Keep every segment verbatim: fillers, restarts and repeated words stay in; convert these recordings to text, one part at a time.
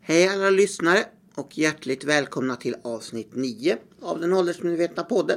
Hej alla lyssnare och hjärtligt välkomna till avsnitt nio av den åldersmedvetna podden.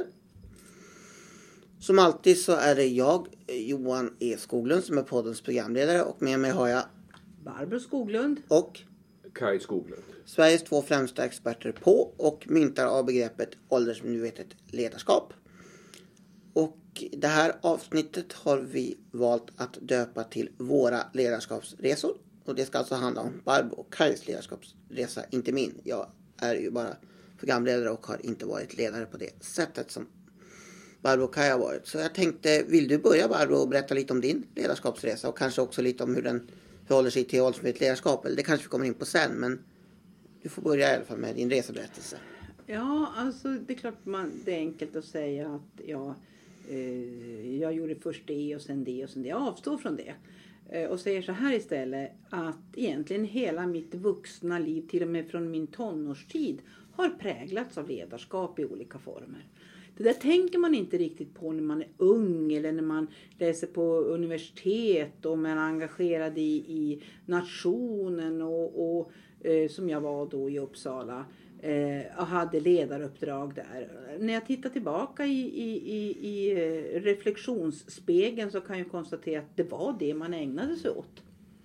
Som alltid så är det jag, Johan E. Skoglund, som är poddens programledare, och med mig har jag Barbro Skoglund och Kaj Skoglund. Sveriges två främsta experter på och myntar av begreppet åldersmedvetet ledarskap. Och det här avsnittet har vi valt att döpa till våra ledarskapsresor. Och det ska alltså handla om Barbro och Kajs ledarskapsresa, inte min. Jag är ju bara programledare och har inte varit ledare på det sättet som Barbro och Kaj har varit. Så jag tänkte, vill du börja Barbro och berätta lite om din ledarskapsresa och kanske också lite om hur den förhåller sig till åldersmedvetet ledarskap? Eller det kanske vi kommer in på sen, men du får börja i alla fall med din reseberättelse. Ja, alltså det är klart man, det är enkelt att säga att ja, eh, jag gjorde först det och sen det och sen det. Jag avstår från det. Eh, och säger så här istället, att egentligen hela mitt vuxna liv, till och med från min tonårstid, har präglats av ledarskap i olika former. Det där tänker man inte riktigt på när man är ung eller när man läser på universitet och man är engagerad i, i nationen och, och eh, som jag var då i Uppsala eh, och hade ledaruppdrag där. När jag tittar tillbaka i, i, i, i reflektionsspegeln så kan jag konstatera att det var det man ägnade sig åt.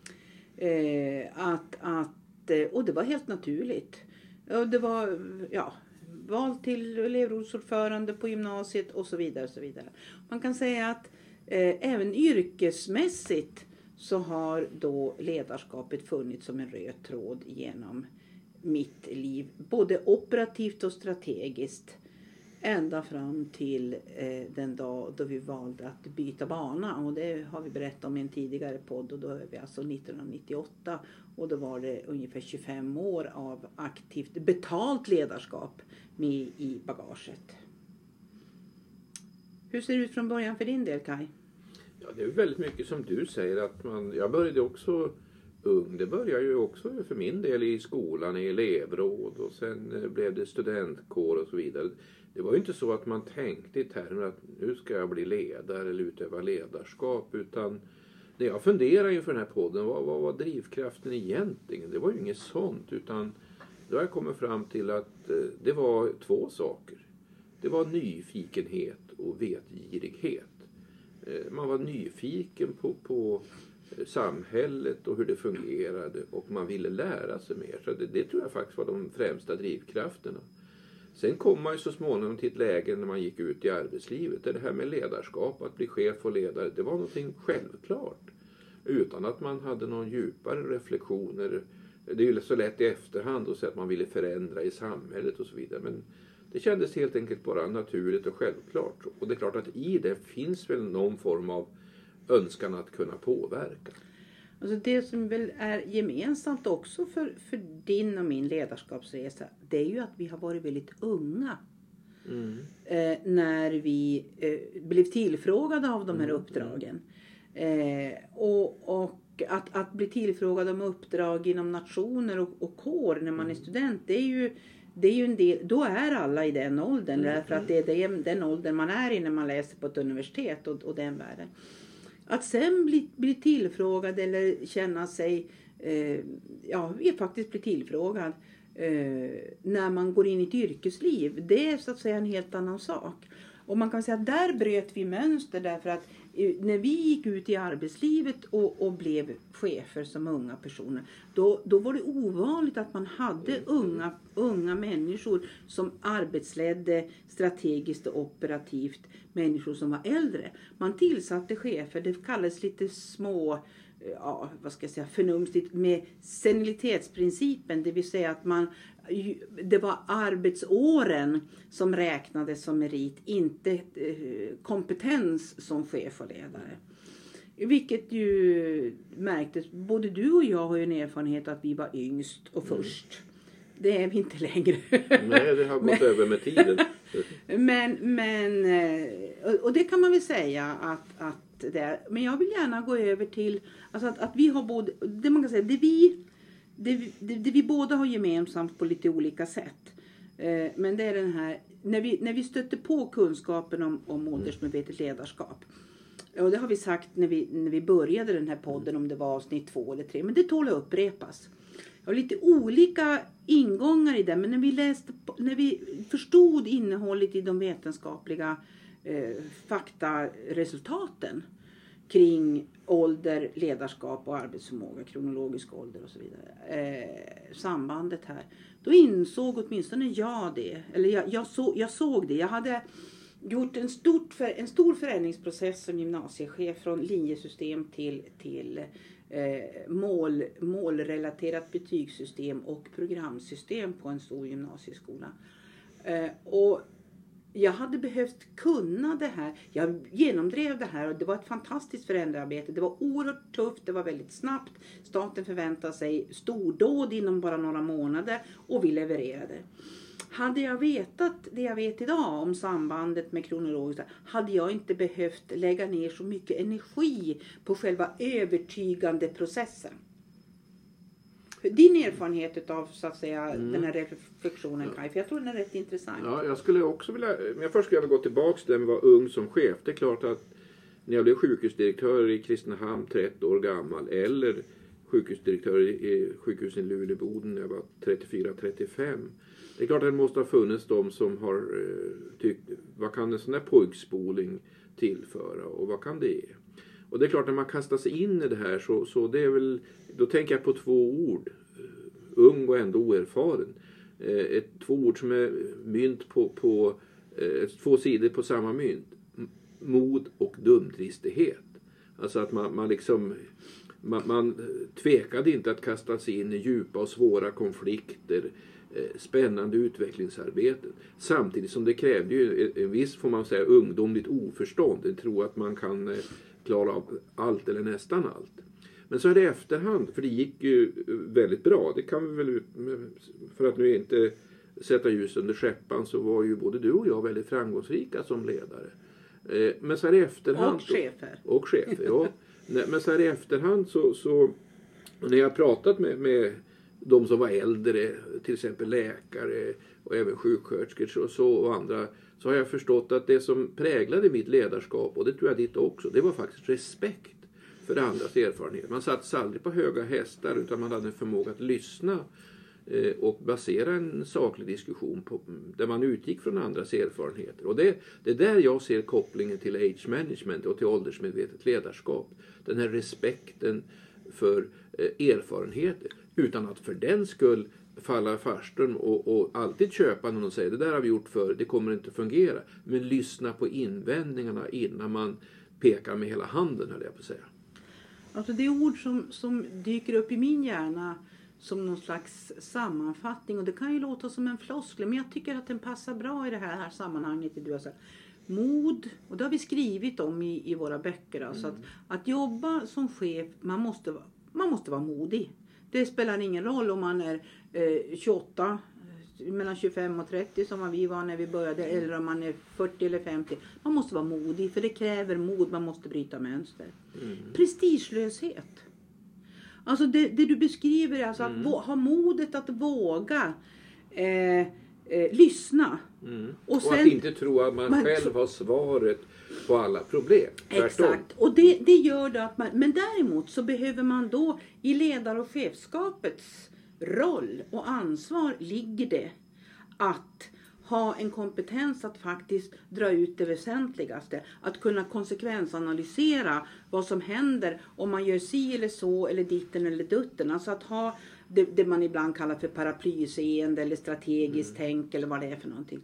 Eh, att, att, och det var helt naturligt. Och det var, ja... val till elevrådsordförande på gymnasiet och så vidare och så vidare. Man kan säga att eh, även yrkesmässigt så har då ledarskapet funnits som en röd tråd genom mitt liv. Både operativt och strategiskt. Ända fram till eh, den dag då vi valde att byta bana. Och det har vi berättat om i en tidigare podd. Och då är vi alltså nittonhundranittioåtta. Och då var det ungefär tjugofem år av aktivt betalt ledarskap med i bagaget. Hur ser det ut från början för din del, Kaj? Ja, det är väldigt mycket som du säger. Att man, jag började också ung. Det började ju också för min del i skolan, i elevråd. Och sen blev det studentkår och så vidare. Det var ju inte så att man tänkte i termer att nu ska jag bli ledare eller utöva ledarskap. Utan det jag funderar ju för den här podden, vad, vad var drivkraften egentligen? Det var ju inget sånt, utan då har jag kommit fram till att eh, det var två saker. Det var nyfikenhet och vetgirighet. Eh, man var nyfiken på, på samhället och hur det fungerade, och man ville lära sig mer. Så det, det tror jag faktiskt var de främsta drivkrafterna. Sen kom man ju så småningom till ett läge när man gick ut i arbetslivet. Det här med ledarskap, att bli chef och ledare, det var någonting självklart. Utan att man hade någon djupare reflektioner. Det är ju så lätt i efterhand att säga att man ville förändra i samhället och så vidare. Men det kändes helt enkelt bara naturligt och självklart. Och det är klart att i det finns väl någon form av önskan att kunna påverka. Alltså det som väl är gemensamt också för, för din och min ledarskapsresa, det är ju att vi har varit väldigt unga. Mm. Eh, när vi eh, blev tillfrågade av de här mm. uppdragen. Eh, och och att, att bli tillfrågad om uppdrag inom nationer och, och kår när man mm. är student, det är ju, det är ju en del, då är alla i den åldern. Mm. Därför att det är den, den åldern man är i när man läser på ett universitet och, och den världen. Att sen bli, bli tillfrågad eller känna sig, eh, ja, faktiskt bli tillfrågad eh, när man går in i ett yrkesliv, det är så att säga en helt annan sak. Och man kan säga att där bröt vi mönster, därför att eh, när vi gick ut i arbetslivet och, och blev chefer som unga personer, då, då var det ovanligt att man hade unga, unga människor som arbetsledde strategiskt och operativt människor som var äldre. Man tillsatte chefer, det kallades lite små, ja, vad ska jag säga, förnumstigt med senilitetsprincipen, det vill säga att man, det var arbetsåren som räknades som merit, inte kompetens som chef och ledare. Vilket ju märktes, både du och jag har ju en erfarenhet att vi var yngst och först. Mm. Det är vi inte längre. Nej, det har gått men, över med tiden. men, men, och det kan man väl säga att, att det är. Men jag vill gärna gå över till alltså att, att vi har både, det man kan säga, det vi, det, det, det vi båda har gemensamt på lite olika sätt. Men det är den här, när vi, när vi stötte på kunskapen om, om åldersmedvetet ledarskap. Och det har vi sagt när vi, när vi började den här podden, om det var avsnitt två eller tre. Men det tål att upprepas. har lite olika ingångar i det. Men när vi läste, när vi förstod innehållet i de vetenskapliga eh, faktaresultaten kring ålder, ledarskap och arbetsförmåga, kronologisk ålder och så vidare. Eh, sambandet här. Då insåg åtminstone jag det. Eller jag, jag, så, jag såg det. Jag hade gjort en, stort för, en stor förändringsprocess som gymnasiechef från linjesystem till, till eh, mål, målrelaterat betygssystem och programsystem på en stor gymnasieskola. Eh, och jag hade behövt kunna det här. Jag genomdrev det här och det var ett fantastiskt förändrararbete. Det var oerhört tufft, det var väldigt snabbt. Staten förväntade sig stordåd inom bara några månader och vi levererade. Hade jag vetat det jag vet idag om sambandet med kronologiska, hade jag inte behövt lägga ner så mycket energi på själva övertygande processen. Din erfarenhet av så att säga mm. den här reflektionen, Kaj, för jag tror den är rätt intressant. Ja, jag skulle också vilja, men jag först skulle jag gå tillbaka till när jag var ung som chef. Det är klart att när jag blev sjukhusdirektör i Kristinehamn, trettio år gammal, eller sjukhusdirektör i sjukhuset i Luleboden när jag var trettiofyra trettiofem. Det är klart att det måste ha funnits de som har eh, tyckt, vad kan en sån här pojkspoling tillföra och vad kan det ge? Och det är klart, när man kastar sig in i det här så, så det är väl, då tänker jag på två ord. Ung och ändå oerfaren. Eh, ett, två ord som är mynt på, på eh, två sidor på samma mynt. Mod och dumdristighet. Alltså att man, man liksom, man, man tvekade inte att kasta sig in i djupa och svåra konflikter. Eh, spännande utvecklingsarbeten. Samtidigt som det krävde ju en viss, får man säga, ungdomligt oförstånd. Det tror att man kan eh, klara av allt eller nästan allt. Men så är det efterhand, för det gick ju väldigt bra. Det kan vi väl, för att nu inte sätta ljus under skäppan, så var ju både du och jag väldigt framgångsrika som ledare. Men så är det efterhand. Och chefer. Och chefer, ja. Men så är det efterhand så, så när jag har pratat med, med de som var äldre, till exempel läkare och även sjuksköterskor och, så, och andra, så har jag förstått att det som präglade mitt ledarskap, och det tror jag ditt också, det var faktiskt respekt för andras erfarenhet. Man satt aldrig på höga hästar, utan man hade en förmåga att lyssna eh, och basera en saklig diskussion på, där man utgick från andras erfarenheter. Och det, det är där jag ser kopplingen till age management och till åldersmedvetet ledarskap. Den här respekten för eh, erfarenheter, utan att för den skull falla farstun och, och alltid köpa när de säger det där har vi gjort för, det kommer inte fungera. Men lyssna på invändningarna innan man pekar med hela handen, höll jag på att säga. Alltså det är ord som, som dyker upp i min hjärna som någon slags sammanfattning. Och det kan ju låta som en floskel, men jag tycker att den passar bra i det här, här sammanhanget. Du har sagt. Mod, och det har vi skrivit om i, i våra böcker. Alltså mm. att, att jobba som chef, man måste, man måste vara modig. Det spelar ingen roll om man är eh, tjugoåtta, mellan tjugofem och trettio som vi var när vi började, eller om man är fyrtio eller femtio. Man måste vara modig, för det kräver mod, man måste bryta mönster. Mm. Prestigelöshet. Alltså det, det du beskriver är alltså mm. att ha modet att våga eh, eh, lyssna. Mm. Och, sen, och att inte tro att man, man själv har svaret på alla problem. Tvärtom. Exakt. Och det, det gör det att man, men däremot så behöver man då i ledar- och chefskapets roll och ansvar ligger det att ha en kompetens att faktiskt dra ut det väsentligaste. Att kunna konsekvensanalysera vad som händer om man gör si eller så eller ditten eller dutten. Alltså att ha det, det man ibland kallar för paraplyseende eller strategiskt mm. tänk eller vad det är för någonting.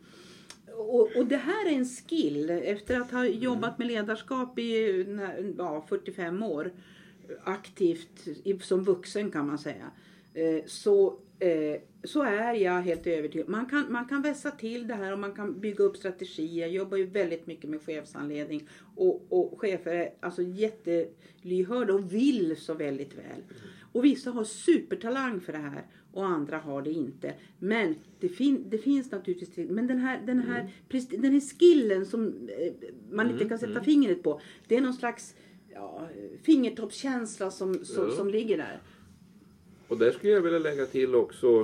Och, och det här är en skill. Efter att ha jobbat med ledarskap i ja, fyrtiofem år aktivt som vuxen kan man säga. Så, eh, så är jag helt övertygad. Man kan, man kan vässa till det här och man kan bygga upp strategier. Jag jobbar ju väldigt mycket med chefsanledning. Och, och chefer är alltså jättelyhörda och vill så väldigt väl. Och vissa har supertalang för det här och andra har det inte. Men det, fin, det finns naturligtvis... Men den här, den här, mm. den här skillen som eh, man inte mm. kan sätta mm. fingret på. Det är någon slags ja, fingertoppskänsla som, som, mm. som ligger där. Och där skulle jag vilja lägga till också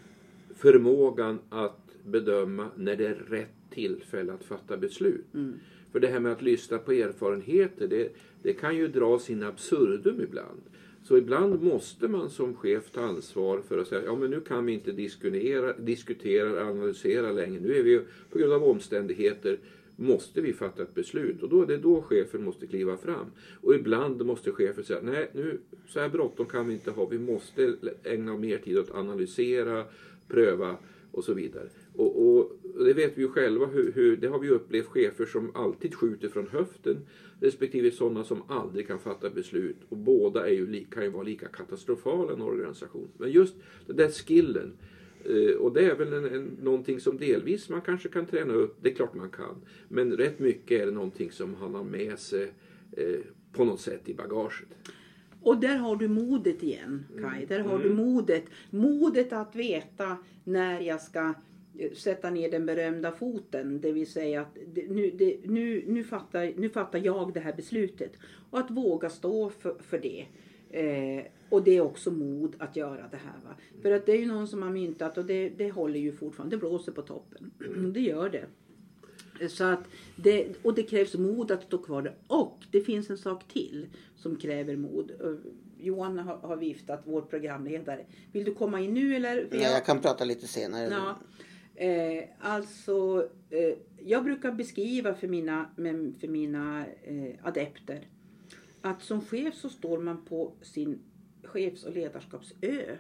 förmågan att bedöma när det är rätt tillfälle att fatta beslut. Mm. För det här med att lyssna på erfarenheter, det, det kan ju dra sin absurdum ibland. Så ibland måste man som chef ta ansvar för att säga, ja men nu kan vi inte diskutera, diskutera analysera längre. Nu är vi på grund av omständigheter måste vi fatta ett beslut. Och då är det då chefen måste kliva fram. Och ibland måste chefen säga, nej nu så här bråttom kan vi inte ha. Vi måste ägna mer tid åt att analysera, pröva och så vidare. Och, och det vet vi ju själva, hur, hur, det har vi upplevt chefer som alltid skjuter från höften, respektive sådana som aldrig kan fatta beslut. Och båda är ju, kan ju vara lika katastrofala en organisation. Men just den där skillen, eh, och det är väl en, en, någonting som delvis man kanske kan träna upp, det är klart man kan. Men rätt mycket är det någonting som han har med sig eh, på något sätt i bagaget. Och där har du modet igen, Kai. Där har mm. du modet. Modet att veta när jag ska sätta ner den berömda foten. Det vill säga att nu, det, nu, nu, fattar, nu fattar jag det här beslutet. Och att våga stå för, för det. Eh, och det är också mod att göra det här. Va? För att det är ju någon som har myntat och det, det håller ju fortfarande. Det blåser på toppen. Det gör det. Så att det, och det krävs mod att stå kvar där. Och det finns en sak till som kräver mod. Johan har, har viftat, vår programledare. Vill du komma in nu eller? Nej, jag kan prata lite senare. Ja. Eh, alltså, eh, jag brukar beskriva för mina, för mina eh, adepter att som chef så står man på sin chefs- och ledarskapsö.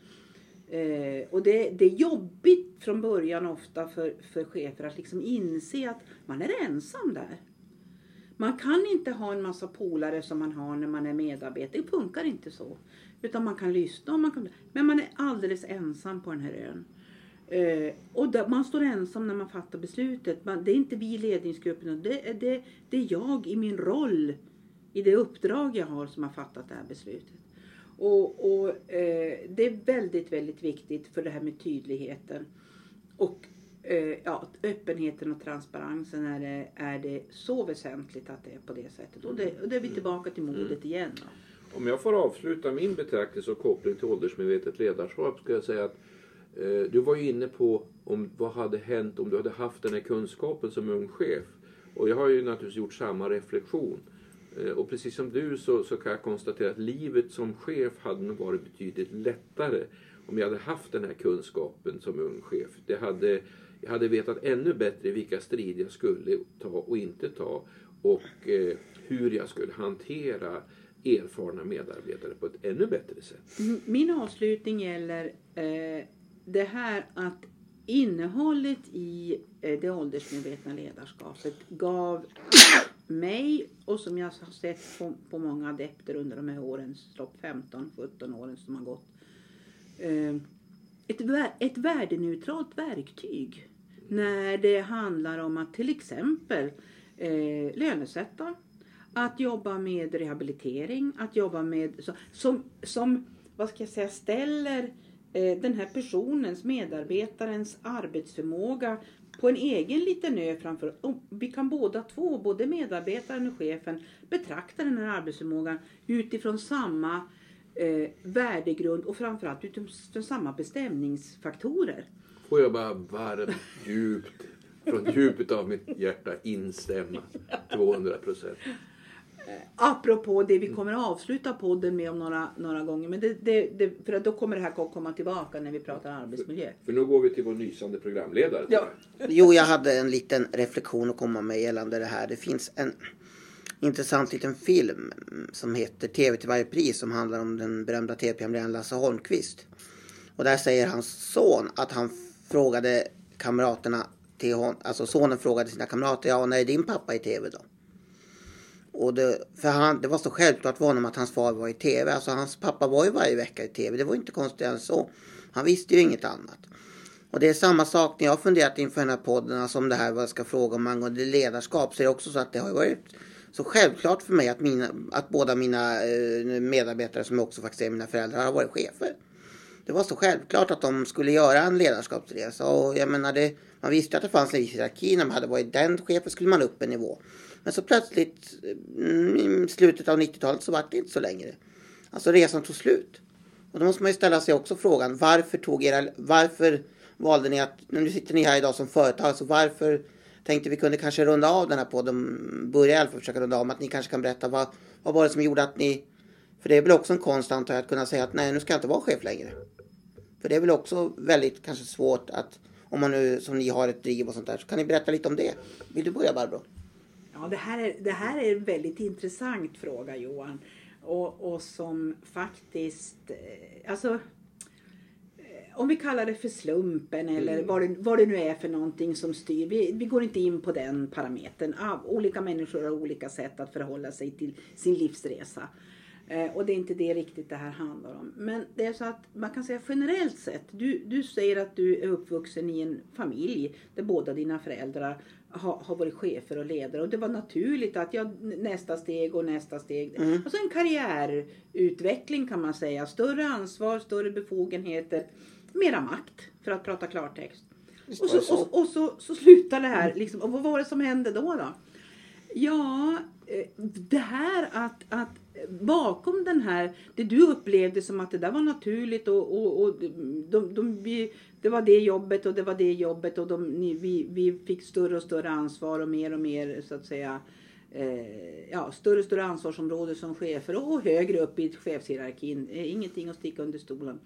Eh, och det, det är jobbigt från början ofta för, för chefer att liksom inse att man är ensam där. Man kan inte ha en massa polare som man har när man är medarbetare. Det funkar inte så. Utan man kan lyssna och man kan... Men man är alldeles ensam på den här ön. Eh, och där, man står ensam när man fattar beslutet. Man, det är inte vi i ledningsgruppen. Det, det, det är jag i min roll. I det uppdrag jag har som har fattat det här beslutet. Och, och eh, det är väldigt, väldigt viktigt för det här med tydligheten. Och eh, ja, öppenheten och transparensen är det, är det så väsentligt att det är på det sättet. Och det, och det är vi tillbaka till modet igen. Då. Om jag får avsluta min betraktelse och koppling till åldersmedvetet ledarskap ska jag säga att eh, du var ju inne på om, vad hade hänt om du hade haft den här kunskapen som ung chef. Och jag har ju naturligtvis gjort samma reflektion. Och precis som du så, så kan jag konstatera att livet som chef hade nog varit betydligt lättare om jag hade haft den här kunskapen som ung chef. Det hade, jag hade vetat ännu bättre vilka strider jag skulle ta och inte ta och eh, hur jag skulle hantera erfarna medarbetare på ett ännu bättre sätt. Min avslutning gäller eh, det här att innehållet i eh, det åldersmedvetna ledarskapet gav mig, och som jag har sett på, på många adepter under de här åren, femton sjutton åren som har gått, eh, ett, ett värdeneutralt verktyg när det handlar om att till exempel eh, lönesätta, att jobba med rehabilitering, att jobba med så, som, som vad ska jag säga, ställer eh, den här personens, medarbetarens arbetsförmåga på en egen liten ö framför. Och vi kan båda två, både medarbetaren och chefen, betrakta den här arbetsförmågan utifrån samma eh, värdegrund och framförallt utifrån samma bestämningsfaktorer. Får jag bara varmt, djupt, från djupet av mitt hjärta instämma tvåhundra procent. Apropå det vi kommer att avsluta podden med om några, några gånger. Men det, det, det, för att då kommer det här komma tillbaka när vi pratar arbetsmiljö. För, för nu går vi till vår nysande programledare. Ja. Jo, jag hade en liten reflektion att komma med gällande det här. Det finns en intressant liten film som heter T V till varje pris, som handlar om den berömda T V-programledaren Lasse Holmqvist. Och där säger hans son att han frågade kamraterna till honom, alltså sonen frågade sina kamrater, ja, när är din pappa i T V då? Och det, för han, det var så självklart för honom att hans far var i T V. Alltså hans pappa var ju varje vecka i T V. Det var inte konstigt än så. Han visste ju inget annat. Och det är samma sak när jag har funderat inför den här podden. Alltså om det här vad jag ska fråga om angående ledarskap. Så är det också så att det har varit så självklart för mig att, mina, att båda mina eh, medarbetare, som också faktiskt är mina föräldrar, har varit chefer. Det var så självklart att de skulle göra en ledarskapsresa. Och jag menar, det, man visste att det fanns en hierarki. När man hade varit den chefen skulle man upp en nivå. Men så plötsligt i slutet av nittiotalet så var det inte så längre. Alltså resan tog slut. Och då måste man ju ställa sig också frågan, varför tog era, varför valde ni att, nu sitter ni här idag som företag, så varför tänkte vi kunde kanske runda av den här podden, börja i alla fall försöka runda av, att ni kanske kan berätta vad, vad var det som gjorde att ni För det är väl också en konst antar jag att kunna säga att nej, nu ska jag inte vara chef längre. För det är väl också väldigt kanske svårt att, om man nu som ni har ett driv och sånt där, så kan ni berätta lite om det. Vill du börja, Barbro? Ja, det här är, det här är en väldigt intressant fråga, Johan. Och, och som faktiskt, eh, alltså eh, om vi kallar det för slumpen eller mm. vad, det, vad det nu är för någonting som styr. Vi, vi går inte in på den parametern. Ah, olika människor har olika sätt att förhålla sig till sin livsresa. Eh, och det är inte det riktigt det här handlar om. Men det är så att man kan säga generellt sett. Du, du säger att du är uppvuxen i en familj där båda dina föräldrar har, har varit chefer och ledare. Och det var naturligt att jag, nästa steg och nästa steg. Mm. Alltså en karriärutveckling kan man säga. Större ansvar, större befogenheter, mera makt för att prata klartext. Och så, och, och så, så slutar det här. Liksom. Och vad var det som hände då då? Ja, det här att, att bakom den här, det du upplevde som att det där var naturligt och, och, och de, de, vi, det var det jobbet och det var det jobbet och de, vi, vi fick större och större ansvar och mer och mer så att säga eh, ja, större och större ansvarsområde som chefer och högre upp i chefshierarkin, eh, ingenting att sticka under stolen.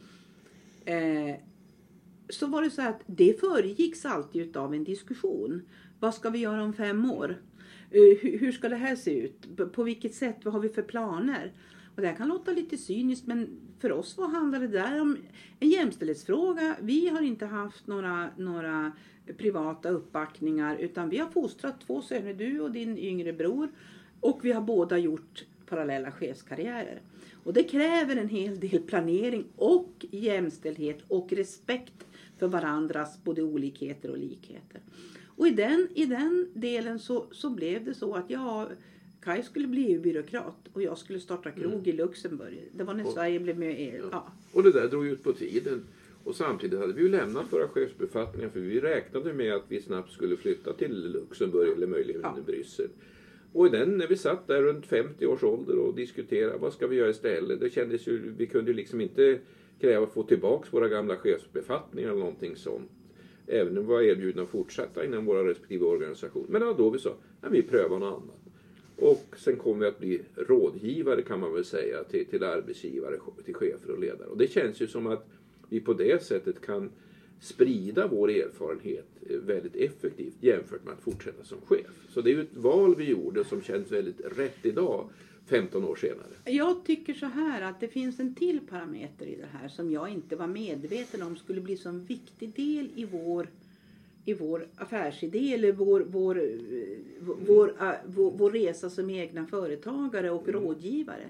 Eh, så var det så att det föregicks alltid av en diskussion. Vad ska vi göra om fem år? Hur ska det här se ut? På vilket sätt? Vad har vi för planer? Och det här kan låta lite cyniskt, men för oss vad handlar det där om? En jämställdhetsfråga. Vi har inte haft några, några privata uppbackningar, utan vi har fostrat två söner, du och din yngre bror. Och vi har båda gjort parallella chefskarriärer. Och det kräver en hel del planering och jämställdhet och respekt för varandras både olikheter och likheter. Och i den, i den delen så, så blev det så att jag, Kaj skulle bli E U-byråkrat och jag skulle starta krog mm. i Luxemburg. Det var när och, Sverige blev med i E U. Ja. Ja. Och det där drog ut på tiden. Och samtidigt hade vi ju lämnat våra chefsbefattningar för vi räknade med att vi snabbt skulle flytta till Luxemburg eller möjligen ja. Bryssel. Och den, när vi satt där runt femtio års ålder och diskuterade vad ska vi göra istället. Det kändes ju, vi kunde liksom inte kräva att få tillbaka våra gamla chefsbefattningar eller någonting sånt. Även om vi var erbjudna att fortsätta inom våra respektive organisationer. Men det var då vi sa, ja, vi prövar något annat. Och sen kom vi att bli rådgivare kan man väl säga till, till arbetsgivare, till chefer och ledare. Och det känns ju som att vi på det sättet kan sprida vår erfarenhet väldigt effektivt jämfört med att fortsätta som chef. Så det är ju ett val vi gjorde som känns väldigt rätt idag, femton år senare. Jag tycker så här att det finns en till parameter i det här som jag inte var medveten om skulle bli så en viktig del i vår, i vår affärsidé eller vår, vår, vår, vår, vår, vår resa som egna företagare och mm. rådgivare.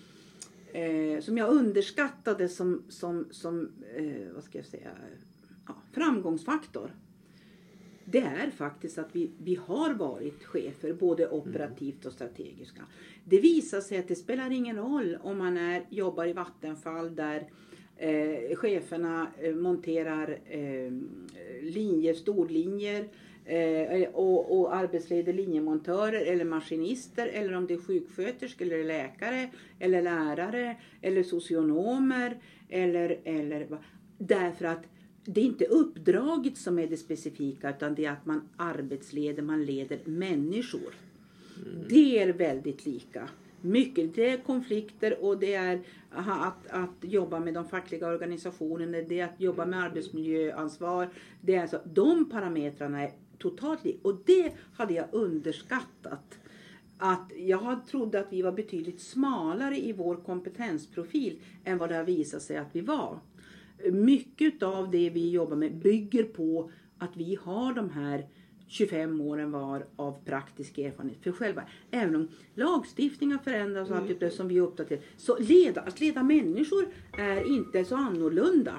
Eh, som jag underskattade som, som, som eh, vad ska jag säga, ja, framgångsfaktor. Det är faktiskt att vi, vi har varit chefer både operativt och strategiska. Det visar sig att det spelar ingen roll om man är, jobbar i Vattenfall där eh, cheferna eh, monterar eh, linjer, storlinjer eh, och, och arbetsleder linjemontörer eller maskinister eller om det är sjuksköterskor eller läkare eller lärare eller socionomer eller, eller därför att det är inte uppdraget som är det specifika utan det är att man arbetsleder, man leder människor. Mm. Det är väldigt lika. Mycket, det är konflikter och det är att, att jobba med de fackliga organisationerna, det är att jobba med arbetsmiljöansvar. Det är alltså, de parametrarna är totalt lika och det hade jag underskattat. Att jag trodde att vi var betydligt smalare i vår kompetensprofil än vad det har visat sig att vi var. Mycket av det vi jobbar med bygger på att vi har de här tjugofem åren var av praktisk erfarenhet för själva. Även om lagstiftningen förändras och allt det som vi uppdaterar. Så leda, att leda människor är inte så annorlunda.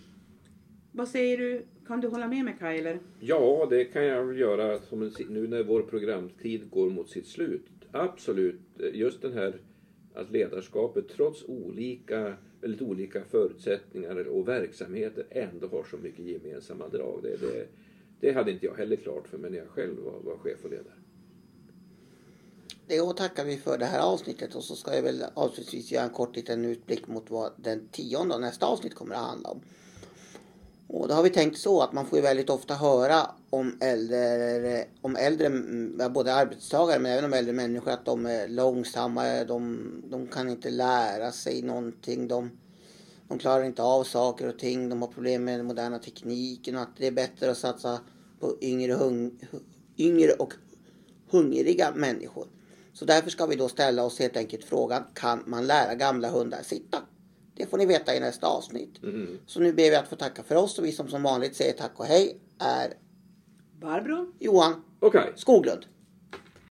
Vad säger du? Kan du hålla med mig, Kaj, eller? Ja, det kan jag göra som en, nu när vår programtid går mot sitt slut. Absolut. Just den här att ledarskapet trots olika, väldigt olika förutsättningar och verksamheter ändå har så mycket gemensamma drag. Det, det, det hade inte jag heller klart för mig när jag själv var, var chef och ledare. Då tackar vi för det här avsnittet och så ska jag väl avslutningsvis göra en kort liten utblick mot vad den tionde och nästa avsnitt kommer att handla om. Och då har vi tänkt så att man får ju väldigt ofta höra om äldre, om äldre både arbetstagare men även om äldre människor att de är långsamma, de, de kan inte lära sig någonting, de, de klarar inte av saker och ting, de har problem med den moderna tekniken och att det är bättre att satsa på yngre, hung, yngre och hungriga människor. Så därför ska vi då ställa oss helt enkelt frågan, kan man lära gamla hundar sitta? Det får ni veta i nästa avsnitt. Mm. Så nu ber vi att få tacka för oss och vi som som vanligt säger tack och hej är Barbro, Johan okay. Skoglund.